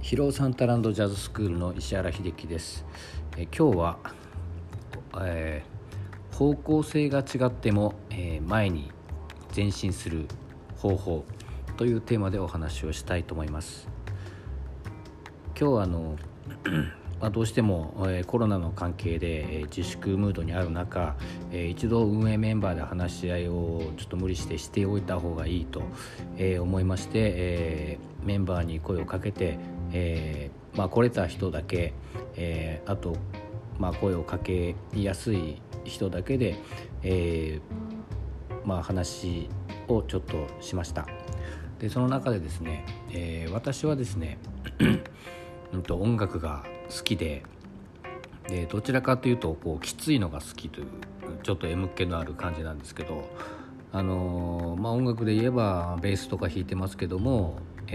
ヒローサンタランドジャズスクールの石原秀樹です。今日は、方向性が違っても、前に前進する方法というテーマでお話をしたいと思います。今日はどうしても、コロナの関係で、自粛ムードにある中、一度運営メンバーで話し合いをちょっと無理しておいた方がいいと、思いまして、メンバーに声をかけて、来れた人だけ、あと、声をかけやすい人だけで、話をちょっとしました。でその中でですね、私はですね音楽が好きで、どちらかというときついのが好きというちょっと M 気のある感じなんですけど、音楽で言えばベースとか弾いてますけども、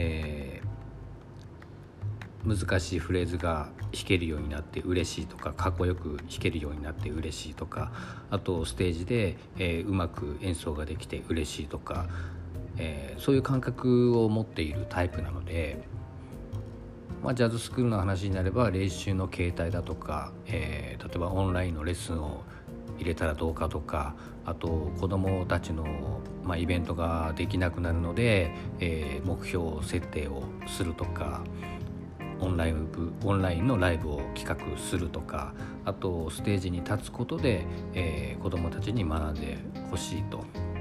難しいフレーズが弾けるようになって嬉しいとか、かっこよく弾けるようになって嬉しいとか、あとステージで、うまく演奏ができて嬉しいとか、そういう感覚を持っているタイプなので、ジャズスクールの話になれば練習の形態だとか、例えばオンラインのレッスンを入れたらどうかとか、あと子どもたちの、イベントができなくなるので、目標設定をするとか、オンラインのライブを企画するとか、あとステージに立つことで、子どもたちに学んでほしいと、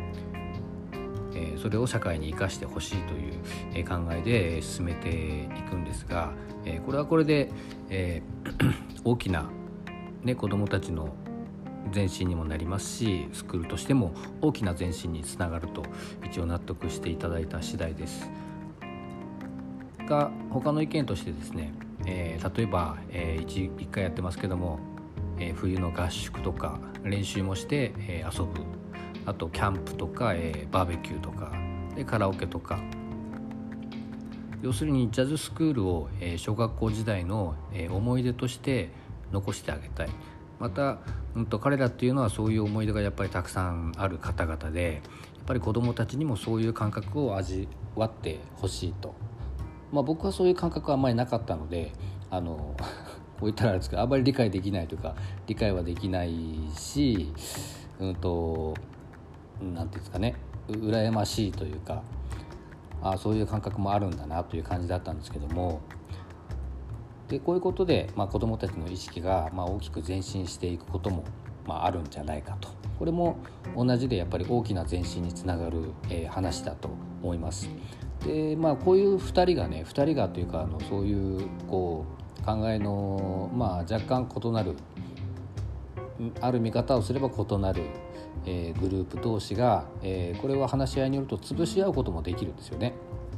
それを社会に生かしてほしいという、考えで進めていくんですが、これはこれで、大きな、子どもたちの前進にもなりますし、スクールとしても大きな前進につながると一応納得していただいた次第ですが、他の意見としてですね、例えば、1回やってますけども、冬の合宿とか練習もして、遊ぶ、あとキャンプとか、バーベキューとかでカラオケとか、要するにジャズスクールを、小学校時代の、思い出として残してあげたい。また、彼らっていうのはそういう思い出がやっぱりたくさんある方々で、やっぱり子どもたちにもそういう感覚を味わってほしいと。僕はそういう感覚はあんまりなかったので、こう言ったらあれですけど、あんまり理解できないというか、理解はできないし、なんていうんですかね、羨ましいというか、そういう感覚もあるんだなという感じだったんですけども、でこういうことで、子どもたちの意識が、大きく前進していくことも、あるんじゃないかと。これも同じでやっぱり大きな前進につながる、話だと思います。でこういう2人がというか、そういう考えの、若干異なる、ある見方をすれば異なる、グループ同士が、これは話し合いによると潰し合うこともできるんですよね。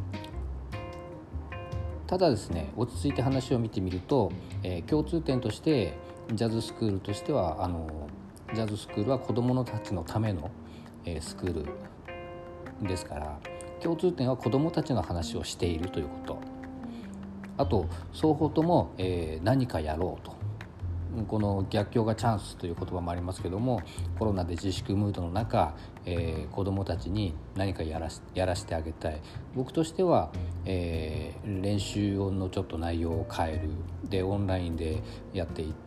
ただですね、落ち着いて話を見てみると、共通点としてジャズスクールとしては、ジャズスクールは子どもたちのための、スクールですから、共通点は子どもたちの話をしているということ、あと双方とも、何かやろうと、この逆境がチャンスという言葉もありますけども、コロナで自粛ムードの中、子どもたちに何かやらせてあげたい。僕としては、練習のちょっと内容を変える、でオンラインでやっていって、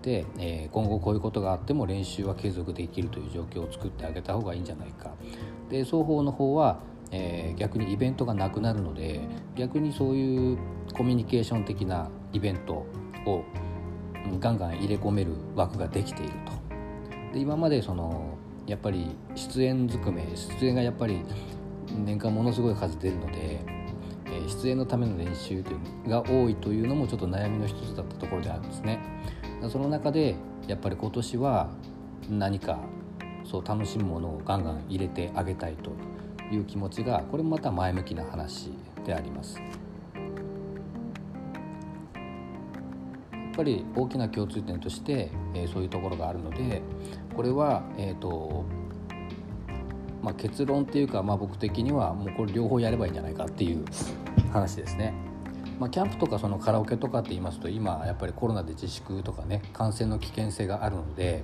今後こういうことがあっても練習は継続できるという状況を作ってあげた方がいいんじゃないか。で双方の方は、逆にイベントがなくなるので、逆にそういうコミュニケーション的なイベントをガンガン入れ込める枠ができていると。で今までやっぱり出演がやっぱり年間ものすごい数出るので、出演のための練習というのが多いというのもちょっと悩みの一つだったところであるんですね。その中でやっぱり今年は何かそう楽しむものをガンガン入れてあげたいという気持ちが、これもまた前向きな話であります。やっぱり大きな共通点として、そういうところがあるので、これは、結論っていうか、僕的にはもうこれ両方やればいいんじゃないかっていう話ですね。キャンプとかそのカラオケとかって言いますと、今やっぱりコロナで自粛とかね、感染の危険性があるので、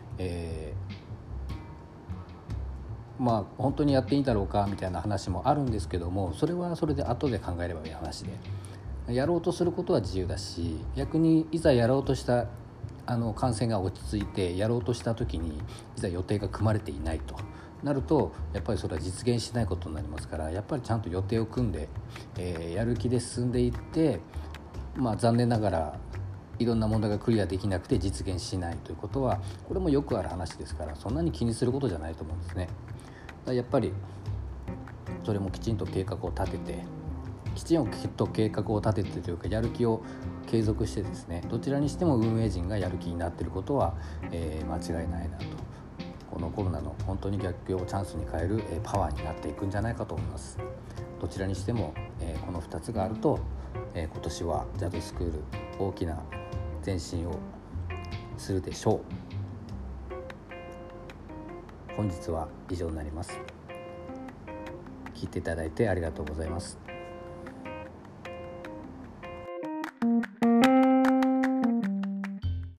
本当にやっていいんだろうかみたいな話もあるんですけども、それはそれで後で考えればいい話で、 やろうとすることは自由だし、逆にいざやろうとした感染が落ち着いてやろうとした時にいざ予定が組まれていないとなると、やっぱりそれは実現しないことになりますから、やっぱりちゃんと予定を組んで、やる気で進んでいって、残念ながらいろんな問題がクリアできなくて実現しないということは、これもよくある話ですから、そんなに気にすることじゃないと思うんですね。やっぱりそれもきちんと計画を立てて、きちんと計画を立ててというか、やる気を継続してですね、どちらにしても運営陣がやる気になっていることは、間違いないなと。このコロナの本当に逆境をチャンスに変える、パワーになっていくんじゃないかと思います。どちらにしても、この2つがあると、今年はジャズスクール大きな前進をするでしょう。本日は以上になります。聞いていただいてありがとうございます。